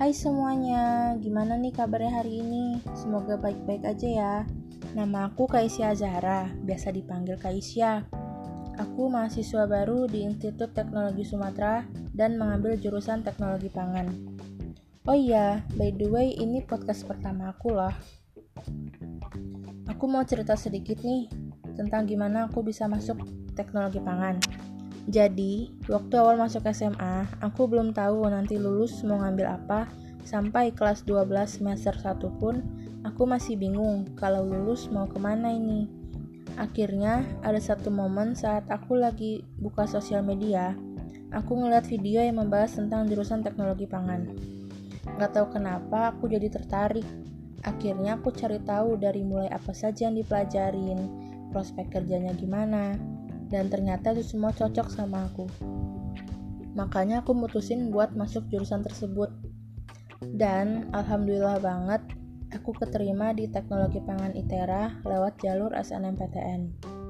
Hai semuanya, gimana nih kabarnya hari ini? Semoga baik-baik aja ya. Nama aku Kaisya Zahra, biasa dipanggil Kaisya. Aku mahasiswa baru di Institut Teknologi Sumatera dan mengambil jurusan Teknologi Pangan. Oh iya, by the way ini podcast pertama aku loh. Aku mau cerita sedikit nih tentang gimana aku bisa masuk Teknologi Pangan. Jadi, waktu awal masuk SMA, aku belum tahu nanti lulus mau ngambil apa. Sampai kelas 12 semester 1 pun, aku masih bingung kalau lulus mau kemana ini. Akhirnya, ada satu momen saat aku lagi buka sosial media, aku ngeliat video yang membahas tentang jurusan teknologi pangan. Gak tahu kenapa aku jadi tertarik. Akhirnya aku cari tahu dari mulai apa saja yang dipelajarin, prospek kerjanya gimana, dan ternyata itu semua cocok sama aku. Makanya aku mutusin buat masuk jurusan tersebut. Dan alhamdulillah banget, aku keterima di Teknologi Pangan ITERA lewat jalur SNMPTN.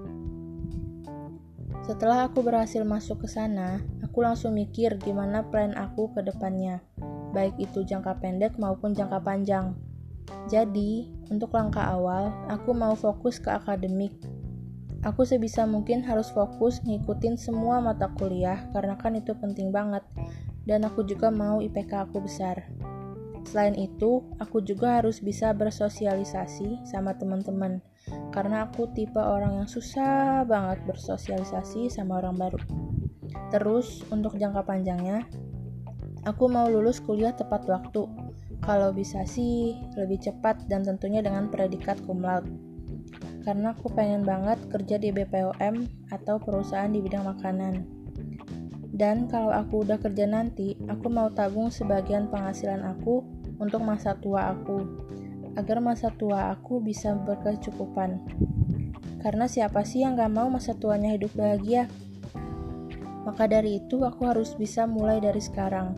Setelah aku berhasil masuk ke sana, aku langsung mikir gimana plan aku ke depannya, baik itu jangka pendek maupun jangka panjang. Jadi, untuk langkah awal, aku mau fokus ke akademik. Aku sebisa mungkin harus fokus ngikutin semua mata kuliah karena kan itu penting banget. Dan aku juga mau IPK aku besar. Selain itu, aku juga harus bisa bersosialisasi sama teman-teman. Karena aku tipe orang yang susah banget bersosialisasi sama orang baru. Terus, untuk jangka panjangnya, aku mau lulus kuliah tepat waktu. Kalau bisa sih, lebih cepat dan tentunya dengan predikat cum laude. Karena aku pengen banget kerja di BPOM atau perusahaan di bidang makanan. Dan kalau aku udah kerja nanti, aku mau tabung sebagian penghasilan aku untuk masa tua aku, agar masa tua aku bisa berkecukupan. Karena siapa sih yang gak mau masa tuanya hidup bahagia? Maka dari itu aku harus bisa mulai dari sekarang.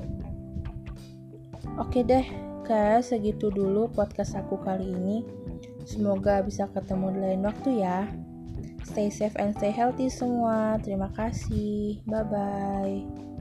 Oke deh, kayak segitu dulu podcast aku kali ini. Semoga bisa ketemu di lain waktu ya. Stay safe and stay healthy semua. Terima kasih. Bye-bye.